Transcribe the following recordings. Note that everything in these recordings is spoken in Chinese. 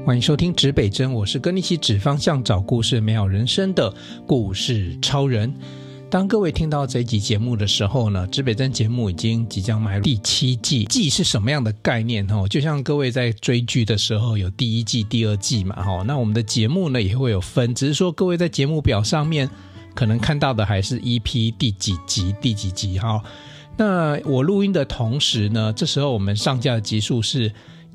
欢迎收听指北针，我是跟你一起指方向找故事美好人生的故事超人。当各位听到这一集节目的时候呢，指北针节目已经即将迈入第7季。季是什么样的概念？就像各位在追剧的时候有第1季第2季嘛，那我们的节目呢也会有分，只是说各位在节目表上面可能看到的还是 EP 第几集。那我录音的同时呢，这时候我们上架的集数是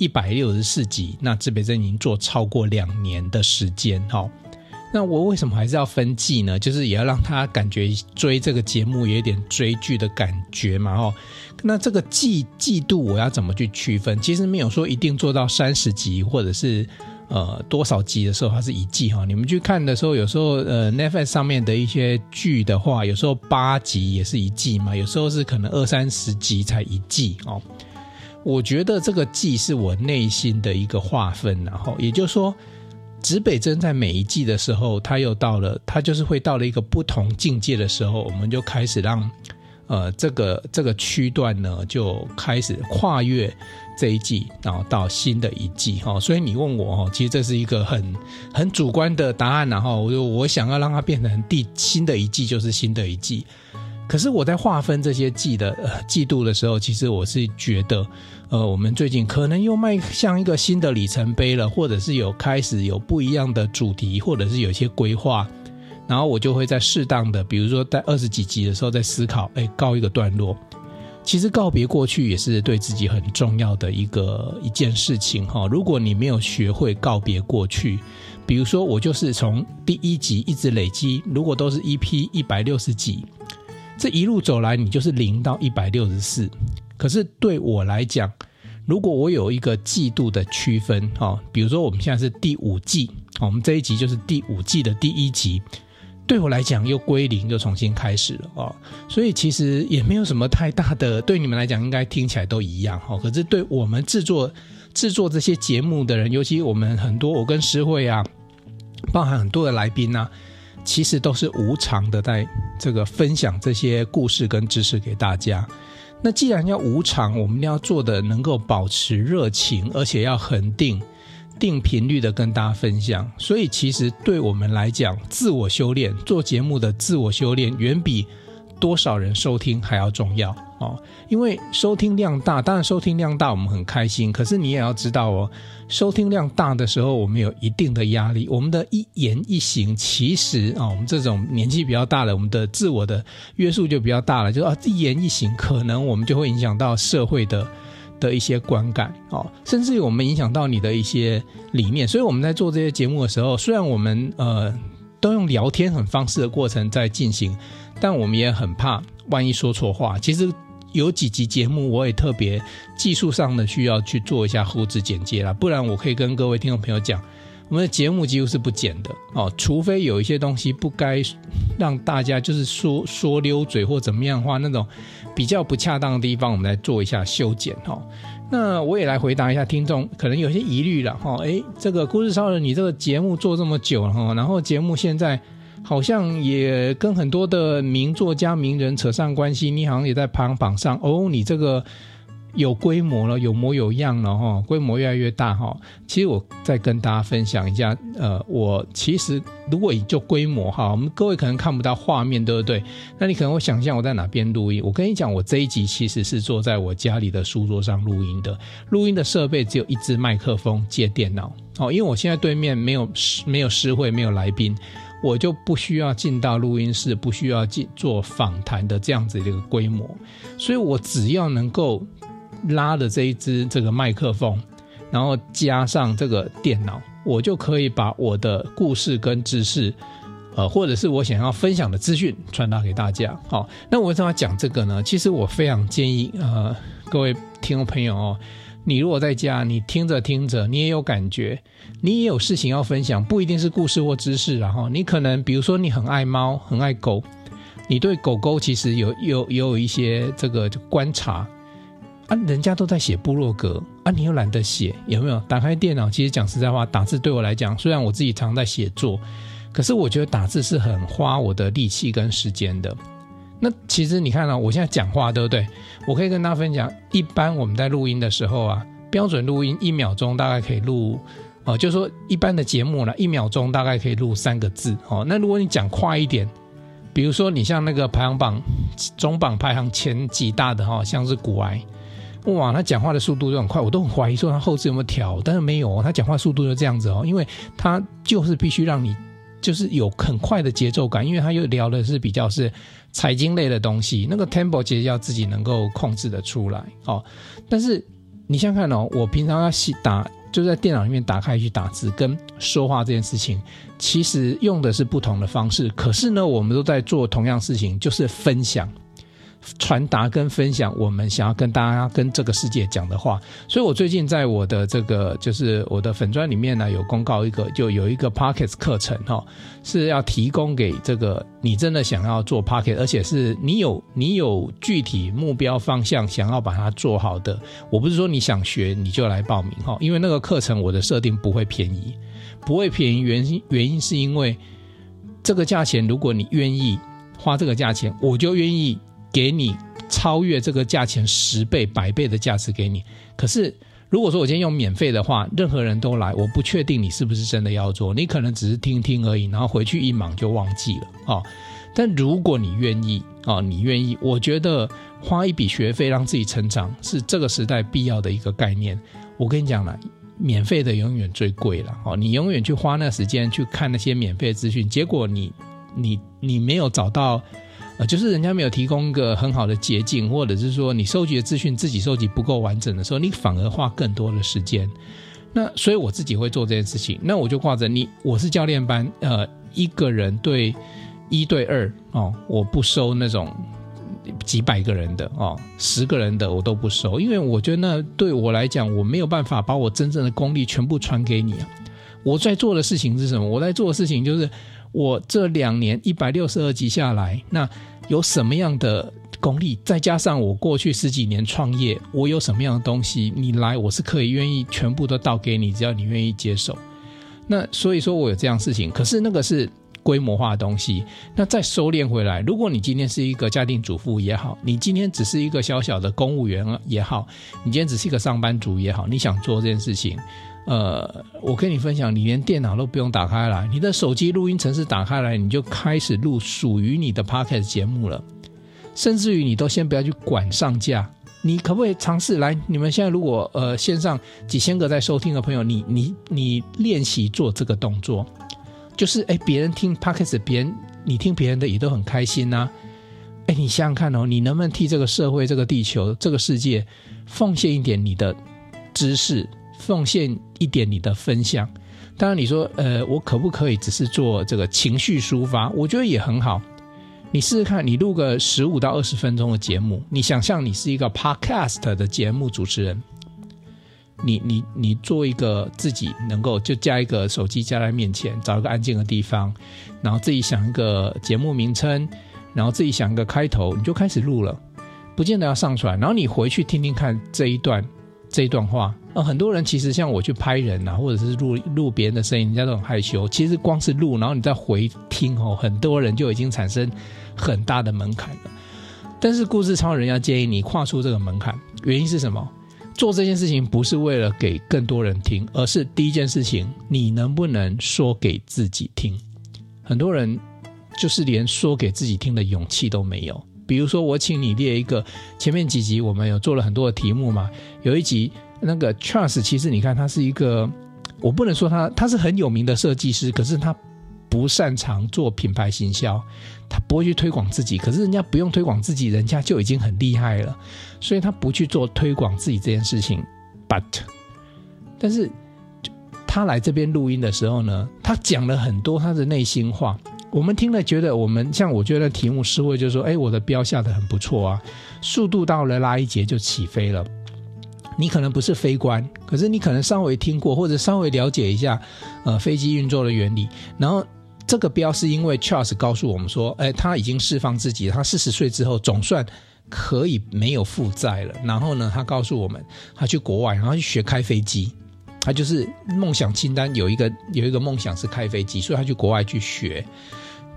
164集，那指北针已经做超过2年的时间。那我为什么还是要分季呢？就是也要让他感觉追这个节目有点追剧的感觉嘛。那这个季度我要怎么去区分？其实没有说一定做到30集或者是多少集的时候它是一季。你们去看的时候，有时候Netflix 上面的一些剧的话，有时候8集也是一季嘛，有时候是可能20-30集才一季。我觉得这个季是我内心的一个划分，然后也就是说指北针在每一季的时候，它就是会到了一个不同境界的时候，我们就开始让这个区段呢就开始跨越这一季，然后到新的一季。所以你问我，其实这是一个很主观的答案，然后我想要让它变成新的一季就是新的一季。可是我在划分这些季度的时候，其实我是觉得我们最近可能又迈向一个新的里程碑了，或者是开始有不一样的主题，或者是有一些规划，然后我就会在适当的，比如说在20几集的时候在思考告一个段落。其实告别过去也是对自己很重要的一件事情。如果你没有学会告别过去，比如说我就是从第1集一直累积，如果都是 EP 160集，这一路走来你就是0到164。可是对我来讲，如果我有一个季度的区分，比如说我们现在是第5季，我们这一集就是第5季的第1集，对我来讲又归零，又重新开始了。所以其实也没有什么太大的，对你们来讲应该听起来都一样。可是对我们制作这些节目的人，尤其我们很多，我跟诗慧啊，包含很多的来宾啊，其实都是无偿的在这个分享这些故事跟知识给大家。那既然要无偿，我们要做的能够保持热情，而且要恒定频率的跟大家分享。所以其实对我们来讲，自我修炼，做节目的自我修炼远比多少人收听还要重要。因为收听量大，当然收听量大我们很开心，可是你也要知道收听量大的时候我们有一定的压力，我们的一言一行其实我们这种年纪比较大了，我们的自我的约束就比较大了，就一言一行可能我们就会影响到社会的一些观感，甚至于我们影响到你的一些理念。所以我们在做这些节目的时候，虽然我们都用聊天很方式的过程在进行，但我们也很怕万一说错话。其实有几集节目我也特别技术上的需要去做一下后置剪接啦，不然我可以跟各位听众朋友讲，我们的节目几乎是不剪的除非有一些东西不该让大家就是说溜嘴或怎么样的话，那种比较不恰当的地方我们来做一下修剪。那我也来回答一下听众可能有些疑虑了这个故事超人你这个节目做这么久了然后节目现在好像也跟很多的名作家名人扯上关系，你好像也在排行榜上你这个有规模了，有模有样了规模越来越大其实我再跟大家分享一下我其实如果就规模我们各位可能看不到画面对不对？那你可能会想象我在哪边录音。我跟你讲，我这一集其实是坐在我家里的书桌上录音的，录音的设备只有一支麦克风接电脑因为我现在对面没有诗慧，没有来宾，我就不需要进到录音室，不需要做访谈的这样子的一个规模，所以我只要能够拉的这个麦克风，然后加上这个电脑，我就可以把我的故事跟知识或者是我想要分享的资讯传达给大家。那我为什么要讲这个呢？其实我非常建议各位听众朋友你如果在家你听着听着你也有感觉，你也有事情要分享，不一定是故事或知识你可能比如说你很爱猫很爱狗，你对狗狗其实有一些这个观察人家都在写部落格你又懒得写，有没有？打开电脑，其实讲实在话，打字对我来讲，虽然我自己常在写作，可是我觉得打字是很花我的力气跟时间的。那其实你看我现在讲话对不对？我可以跟大家分享，一般我们在录音的时候标准录音1秒钟大概可以录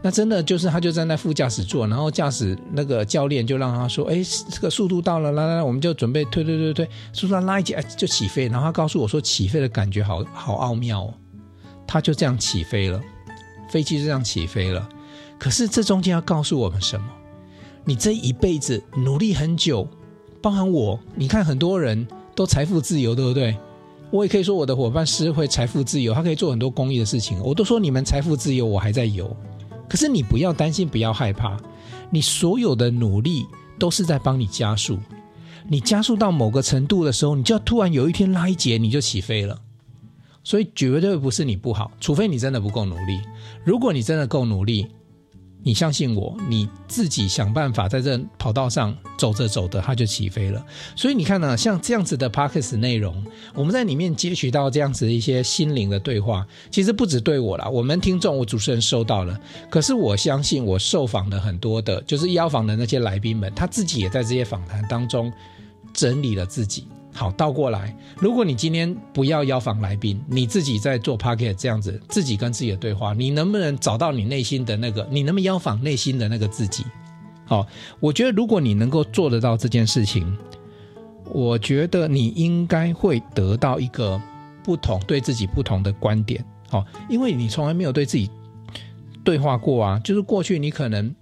那真的就是他就站在副驾驶座，然后驾驶那个教练就让他说，这个速度到了，来，我们就准备推，速度拉一节，就起飞。然后他告诉我说，起飞的感觉好奥妙哦。他就这样起飞了，飞机就这样起飞了。可是这中间要告诉我们什么？你这一辈子努力很久，包含我，你看很多人都财富自由，对不对？我也可以说我的伙伴是会财富自由，他可以做很多公益的事情，我都说你们财富自由，我还在游。可是你不要担心，不要害怕，你所有的努力都是在帮你加速。你加速到某个程度的时候，你就要突然有一天拉一节，你就起飞了。所以绝对不是你不好，除非你真的不够努力。如果你真的够努力，你相信我，你自己想办法在这跑道上走着它就起飞了。所以你看呢，像这样子的 Podcast 内容，我们在里面截取到这样子的一些心灵的对话，其实不只对我啦，我们听众我主持人收到了，可是我相信我受访的很多的就是邀访的那些来宾们，他自己也在这些访谈当中整理了自己。好，倒过来，如果你今天不要邀访来宾，你自己在做 Podcast 这样子，自己跟自己的对话，你能不能找到你内心的那个，你能不能邀访内心的那个自己？好，我觉得如果你能够做得到这件事情，我觉得你应该会得到一个对自己不同的观点。好，因为你从来没有对自己对话过啊，就是过去你可能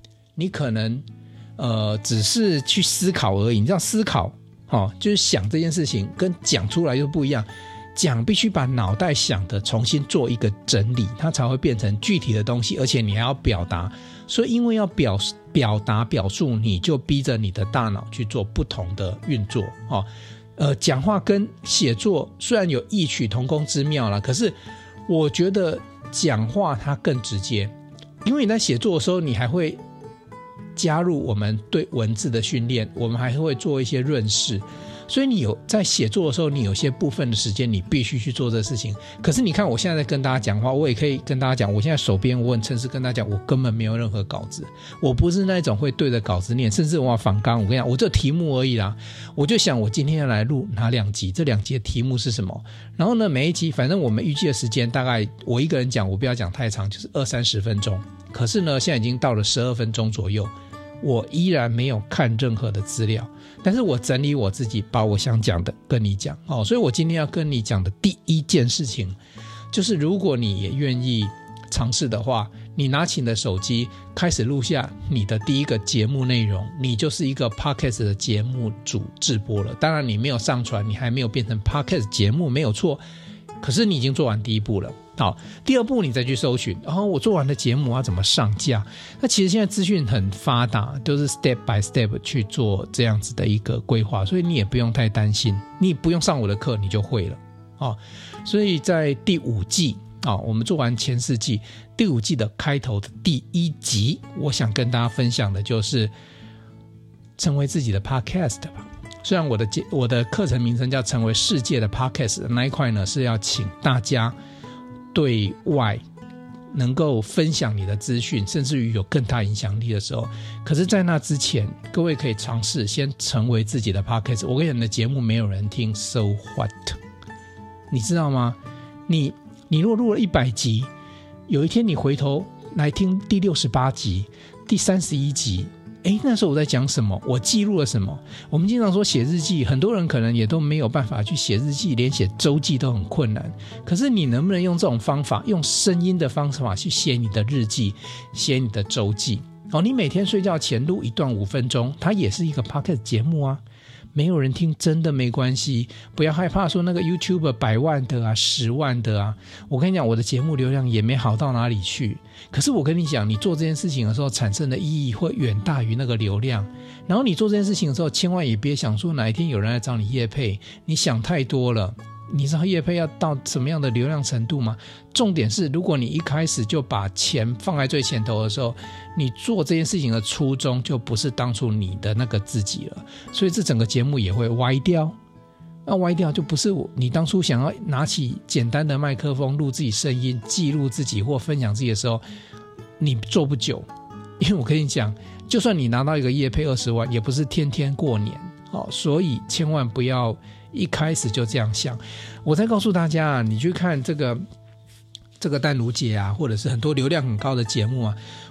只是去思考而已，你知道思考就是想这件事情跟讲出来又不一样，讲必须把脑袋想的重新做一个整理，它才会变成具体的东西，而且你还要表达。所以因为要表达表述，你就逼着你的大脑去做不同的运作。讲话跟写作虽然有异曲同工之妙啦，可是我觉得讲话它更直接，因为你在写作的时候，你还会加入我们对文字的训练，我们还会做一些润饰，所以你有在写作的时候，你有些部分的时间你必须去做这事情。可是你看我现在在跟大家讲话，我也可以跟大家讲，我现在手边我很诚实跟大家讲，我根本没有任何稿子，我不是那种会对着稿子念，甚至我访纲，我跟你讲，我这题目而已啦，我就想我今天要来录哪2集，这2集的题目是什么，然后呢每一集反正我们预计的时间大概我一个人讲，我不要讲太长，就是20-30分钟。可是呢现在已经到了12分钟左右，我依然没有看任何的资料，但是我整理我自己，把我想讲的跟你讲。所以我今天要跟你讲的第一件事情，就是如果你也愿意尝试的话，你拿起你的手机开始录下你的第一个节目内容，你就是一个 Podcast 的节目主制播了。当然你没有上传，你还没有变成 Podcast 节目，没有错，可是你已经做完第一步了。好，第二步你再去搜寻，然后我做完的节目要怎么上架。那其实现在资讯很发达，都是 step by step 去做这样子的一个规划，所以你也不用太担心，你不用上我的课你就会了。所以在第5季我们做完前4季，第5季的开头的第1集，我想跟大家分享的就是成为自己的 podcast 吧。虽然我的课程名称叫成为世界的 podcast， 那一块呢是要请大家对外能够分享你的资讯，甚至于有更大影响力的时候，可是在那之前，各位可以尝试先成为自己的 podcast。 我跟你讲，你的节目没有人听 So what， 你知道吗？你如果录了100集，有一天你回头来听第68集第31集，那时候我在讲什么，我记录了什么。我们经常说写日记，很多人可能也都没有办法去写日记，连写周记都很困难。可是你能不能用这种方法，用声音的方法去写你的日记，写你的周记。你每天睡觉前录一段5分钟，它也是一个 podcast 节目啊。没有人听真的没关系，不要害怕说那个 YouTuber 100万的啊10万的啊，我跟你讲，我的节目流量也没好到哪里去。可是我跟你讲，你做这件事情的时候产生的意义会远大于那个流量。然后你做这件事情的时候，千万也别想说哪一天有人来找你业配，你想太多了。你知道业配要到什么样的流量程度吗？重点是，如果你一开始就把钱放在最前头的时候，你做这件事情的初衷就不是当初你的那个自己了，所以这整个节目也会歪掉。那歪掉就不是你当初想要拿起简单的麦克风录自己声音，记录自己或分享自己的时候，你做不久。因为我跟你讲，就算你拿到一个业配20万，也不是天天过年。所以千万不要一开始就这样想。我再告诉大家你去看这个淡如姐啊，或者是很多流量很高的节目啊，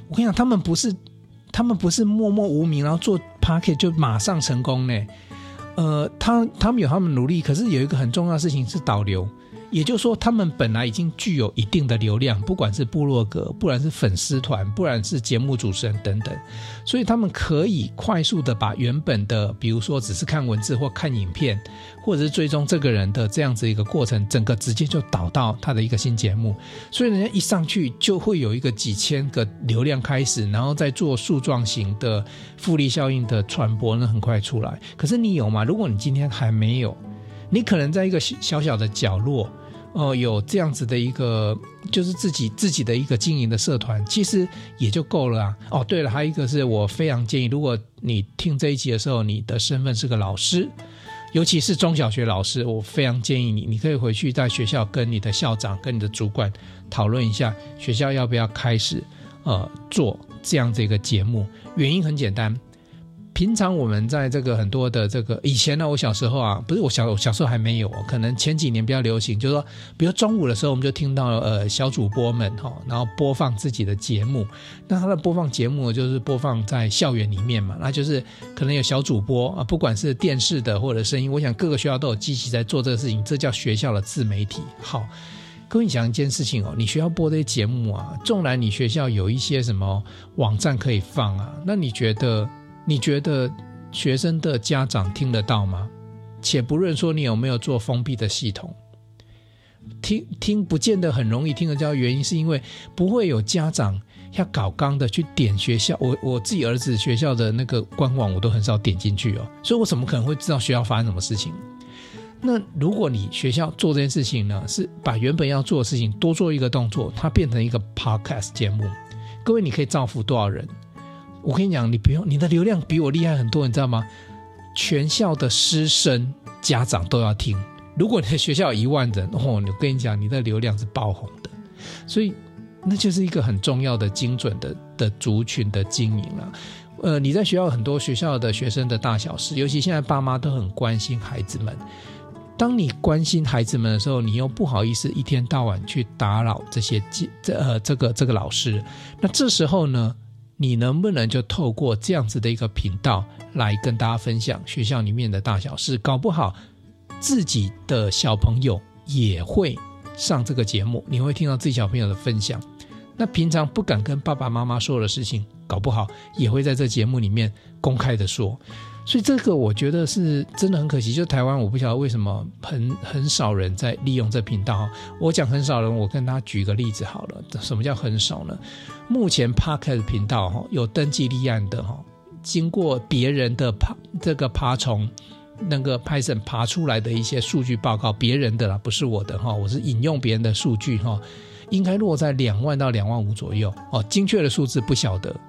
我跟你讲，他们不是默默无名然后做 Podcast 就马上成功呢。他们有他们努力，可是有一个很重要的事情是导流，也就是说他们本来已经具有一定的流量，不管是部落格，不然是粉丝团，不然是节目主持人等等，所以他们可以快速的把原本的比如说只是看文字或看影片，或者是追踪这个人的这样子一个过程，整个直接就导到他的一个新节目，所以人家一上去就会有一个几千个流量开始，然后再做树状型的复利效应的传播，那很快出来。可是你有吗？如果你今天还没有，你可能在一个小小的角落有这样子的一个就是自己的一个经营的社团，其实也就够了啊。对了，还有一个是我非常建议，如果你听这一集的时候你的身份是个老师，尤其是中小学老师，我非常建议你可以回去在学校跟你的校长跟你的主管讨论一下，学校要不要开始做这样子一个节目。原因很简单，平常我们在这个很多的这个以前呢，我小时候啊，不是我小时候还没有，可能前几年比较流行，就是说比如中午的时候我们就听到小主播们然后播放自己的节目，那他的播放节目就是播放在校园里面嘛，那就是可能有小主播不管是电视的或者声音，我想各个学校都有积极在做这个事情，这叫学校的自媒体。好，各位你想一件事情你学校播这些节目啊，纵然你学校有一些什么网站可以放啊，那你觉得学生的家长听得到吗？且不论说你有没有做封闭的系统，听不见得很容易听得到，原因是因为不会有家长要搞纲的去点学校，我自己儿子学校的那个官网我都很少点进去所以我怎么可能会知道学校发生什么事情？那如果你学校做这件事情呢，是把原本要做的事情多做一个动作，它变成一个 podcast 节目，各位你可以造福多少人？我跟你讲，你的流量比我厉害很多，你知道吗？全校的师生家长都要听。如果你的学校有1万人我跟你讲，你的流量是爆红的。所以那就是一个很重要的精准的族群的经营了。你在学校很多学校的学生的大小事，尤其现在爸妈都很关心孩子们。当你关心孩子们的时候，你又不好意思一天到晚去打扰这些这个老师，那这时候呢，你能不能就透过这样子的一个频道来跟大家分享学校里面的大小事，搞不好自己的小朋友也会上这个节目，你会听到自己小朋友的分享，那平常不敢跟爸爸妈妈说的事情，搞不好也会在这节目里面公开的说。所以这个我觉得是真的很可惜，就台湾我不晓得为什么很少人在利用这频道。我讲很少人，我跟大家举个例子好了。什么叫很少呢？目前 Podcast 频道有登记立案的，经过别人的这个爬虫那个 Python 爬出来的一些数据报告，别人的啦，不是我的，我是引用别人的数据，应该落在2万到2万5左右，精确的数字不晓得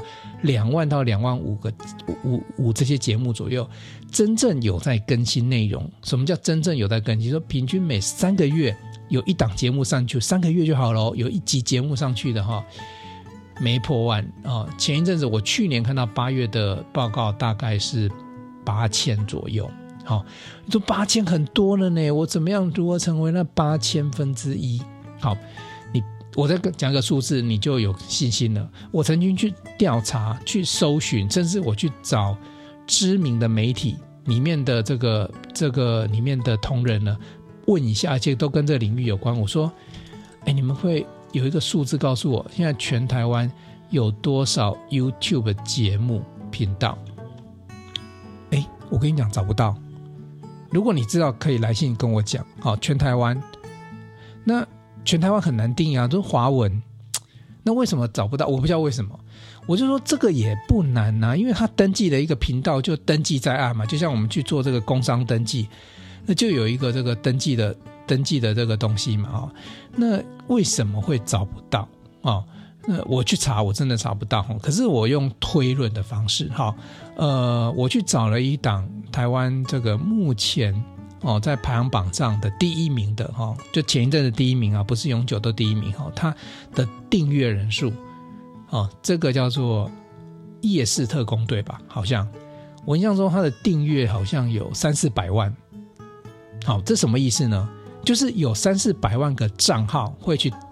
，2万到2万5这些节目左右，真正有在更新内容。什么叫真正有在更新？说平均每3个月有一档节目上去，3个月就好了，有一集节目上去的没破万前一阵子我去年看到8月的报告，大概是8000左右。你说8000很多了呢，我怎么样如何成为那8000分之一？好，我再讲个数字你就有信心了。我曾经去调查去搜寻，甚至我去找知名的媒体里面的这个里面的同仁呢，问一下，而且都跟这个领域有关。我说你们会有一个数字告诉我，现在全台湾有多少 YouTube 节目频道？我跟你讲找不到。如果你知道可以来信跟我讲。全台湾，那全台湾很难定啊，都是华文，那为什么找不到？我不知道为什么。我就说这个也不难啊，因为他登记的一个频道就登记在案嘛，就像我们去做这个工商登记，那就有一个这个登记的这个东西嘛。那为什么会找不到那我去查，我真的查不到。可是我用推论的方式，我去找了一档台湾这个目前在排行榜上的第1名的就前一阵的第1名不是永久的第1名他的订阅人数这个叫做夜市特工队吧，好像我印象中他的订阅好像有300-400万。这什么意思呢？就是有300-400万个账号会去订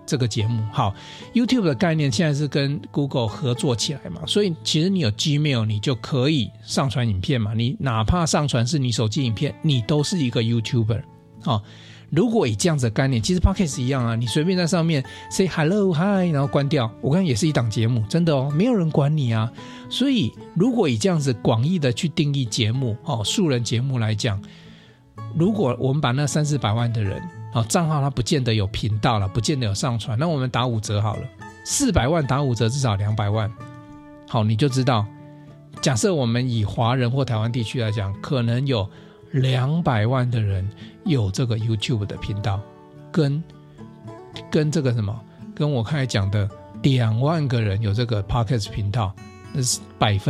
这个节目。好 YouTube 的概念现在是跟 Google 合作起来嘛，所以其实你有 Gmail 你就可以上传影片嘛，你哪怕上传是你手机影片，你都是一个 YouTuber。如果以这样子的概念，其实 Podcast 一样啊，你随便在上面 say hello hi 然后关掉，我看也是一档节目，真的哦，没有人管你啊。所以如果以这样子广义的去定义节目素人节目来讲，如果我们把那300-400万的人账号他不见得有频道了，不见得有上传，那我们打5折好了，400万打5折至少200万。好，你就知道，假设我们以华人或台湾地区来讲，可能有200万的人有这个 YouTube 的频道，跟这个什么，跟我刚才讲的2万个人有这个 Podcast 频道，那是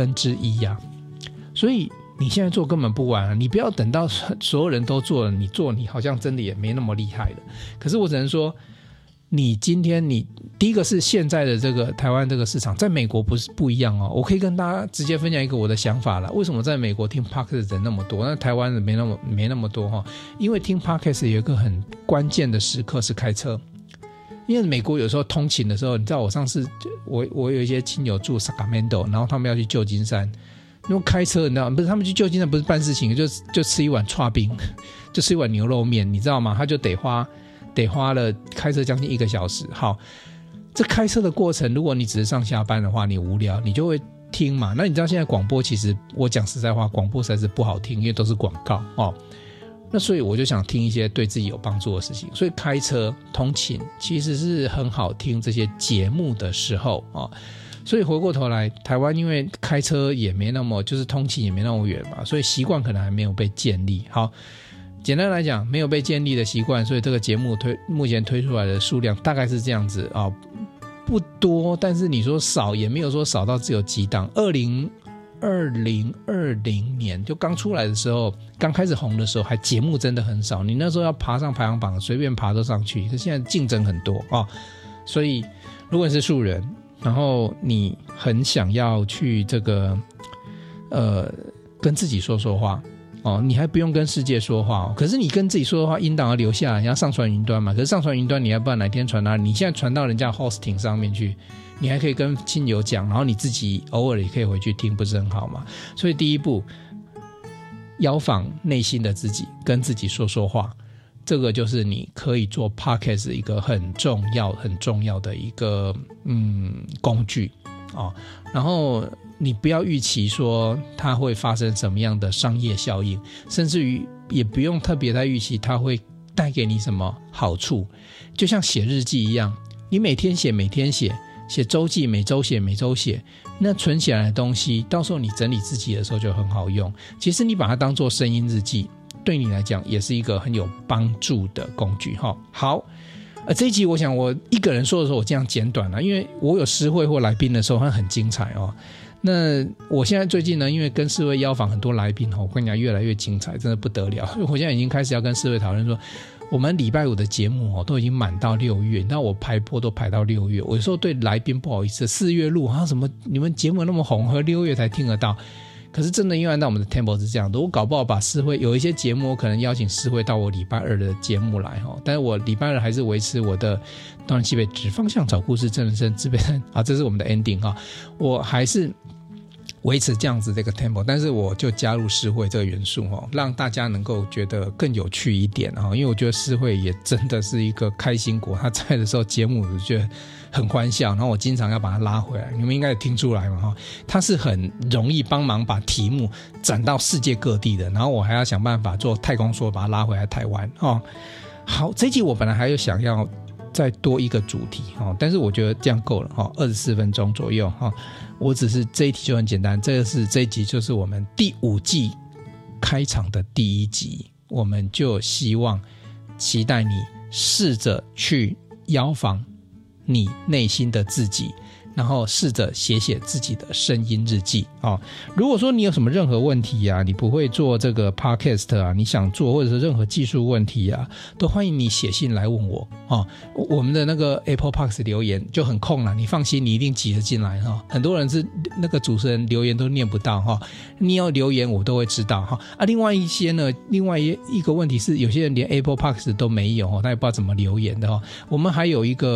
1%啊。所以你现在做根本不晚啊，你不要等到所有人都做了，你做你好像真的也没那么厉害了。可是我只能说，你今天第一个是现在的这个台湾这个市场，在美国不一样哦。我可以跟大家直接分享一个我的想法啦。为什么在美国听 Podcast 的人那么多，那台湾人没那么多因为听 Podcast 有一个很关键的时刻是开车。因为美国有时候通勤的时候，你知道我上次我有一些亲友住 Sacramento， 然后他们要去旧金山，因为开车你知道不是他们去旧金山不是办事情，就吃一碗剉冰，就吃一碗牛肉面，你知道吗？他就得花了开车将近1个小时。好，这开车的过程，如果你只是上下班的话，你无聊你就会听嘛。那你知道现在广播其实我讲实在话，广播实在是不好听，因为都是广告那所以我就想听一些对自己有帮助的事情，所以开车通勤其实是很好听这些节目的时候所以回过头来，台湾因为开车也没那么就是通勤也没那么远嘛，所以习惯可能还没有被建立。好，简单来讲，没有被建立的习惯，所以这个节目目前推出来的数量大概是这样子不多，但是你说少也没有说少到只有几档。2020年就刚出来的时候，刚开始红的时候，还节目真的很少，你那时候要爬上排行榜随便爬都上去，可是现在竞争很多所以如果你是素人，然后你很想要去这个跟自己说说话你还不用跟世界说话可是你跟自己说的话音档要留下来，你要上传云端嘛，可是上传云端你要不然哪天传到你现在传到人家 hosting 上面去，你还可以跟亲友讲，然后你自己偶尔也可以回去听，不是很好吗？所以第一步，邀访内心的自己，跟自己说说话，这个就是你可以做 podcast 一个很重要的一个工具然后你不要预期说它会发生什么样的商业效应，甚至于也不用特别在预期它会带给你什么好处。就像写日记一样，你每天写周记，每周写，那存起来的东西到时候你整理自己的时候就很好用。其实你把它当作声音日记，对你来讲也是一个很有帮助的工具好，这一集我想我一个人说的时候我这样简短因为我有诗会或来宾的时候它很精彩那我现在最近呢，因为跟世卫邀访很多来宾我跟你讲越来越精彩，真的不得了。我现在已经开始要跟世卫讨论说，我们礼拜5的节目都已经满到6月，你知道我排播都排到6月，我有时候对来宾不好意思，4月录什么你们节目那么红，和6月才听得到。可是真的因为按照我们的 tempo 是这样的，我搞不好把世会有一些节目我可能邀请世会到我礼拜2的节目来但是我礼拜2还是维持我的东南西北指方向找故事真人生自备这是我们的 ending 我还是维持这样子的一个 tempo， 但是我就加入世会这个元素让大家能够觉得更有趣一点因为我觉得世会也真的是一个开心果，他在的时候节目我觉得很欢笑，然后我经常要把他拉回来，你们应该也听出来嘛他是很容易帮忙把题目展到世界各地的，然后我还要想办法做太空说把他拉回来台湾好，这一集我本来还有想要再多一个主题但是我觉得这样够了24分钟左右我只是这一题就很简单，这一集就是我们第5季开场的第1集，我们就期待你试着去邀访你内心的自己，然后试着写自己的声音日记如果说你有什么任何问题你不会做这个 podcast 你想做，或者是任何技术问题都欢迎你写信来问我我们的那个 Apple Podcast 留言就很空了，你放心，你一定挤得进来很多人是那个主持人留言都念不到你要留言我都会知道另外一些呢，另外一个问题是有些人连 Apple Podcast 都没有他也不知道怎么留言的我们还有一个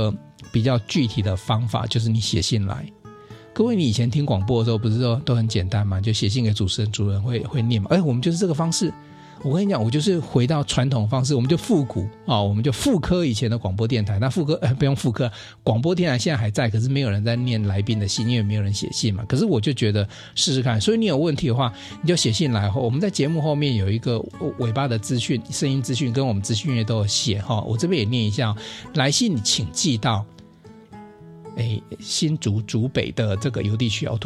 比较具体的方法，就是你写信来。各位，你以前听广播的时候不是说都很简单吗？就写信给主持人，主人会念嘛。我们就是这个方式。我跟你讲，我就是回到传统方式，我们就复古我们就复刻以前的广播电台。那复刻不用复刻，广播电台现在还在，可是没有人在念来宾的信，因为没有人写信嘛。可是我就觉得试试看，所以你有问题的话，你就写信来后，我们在节目后面有一个尾巴的资讯，声音资讯跟我们资讯页都有写我这边也念一下来信请寄到新竹竹北的这个邮递区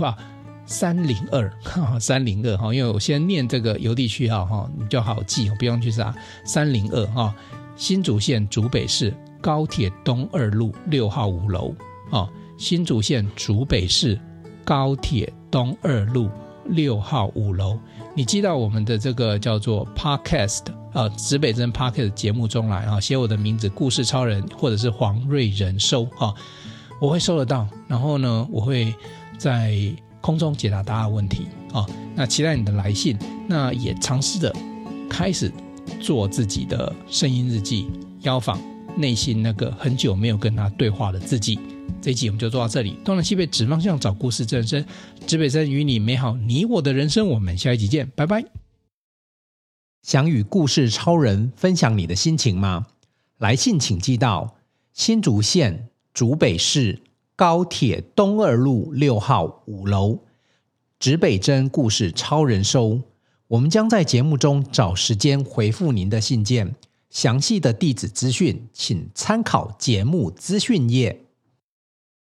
302，因为我先念这个邮递区号你就好记，不用去查302新竹县竹北市高铁东2路6号5楼新竹县竹北市高铁东2路6号5楼，你寄到我们的这个叫做 Podcast 指北针 Podcast 节目中来写我的名字故事超人或者是黄瑞仁收我会收得到，然后呢我会在空中解答大家的问题那期待你的来信，那也尝试着开始做自己的声音日记，邀访内心那个很久没有跟他对话的自己。这一集我们就做到这里，东南西北指方向找故事正身，指北针与你美好你我的人生，我们下一集见，拜拜。 想与故事超人分享你的心情吗？来信请寄到新竹县竹北市高铁东2路6号5楼，指北针故事超人收。我们将在节目中找时间回复您的信件，详细的地址资讯请参考节目资讯页。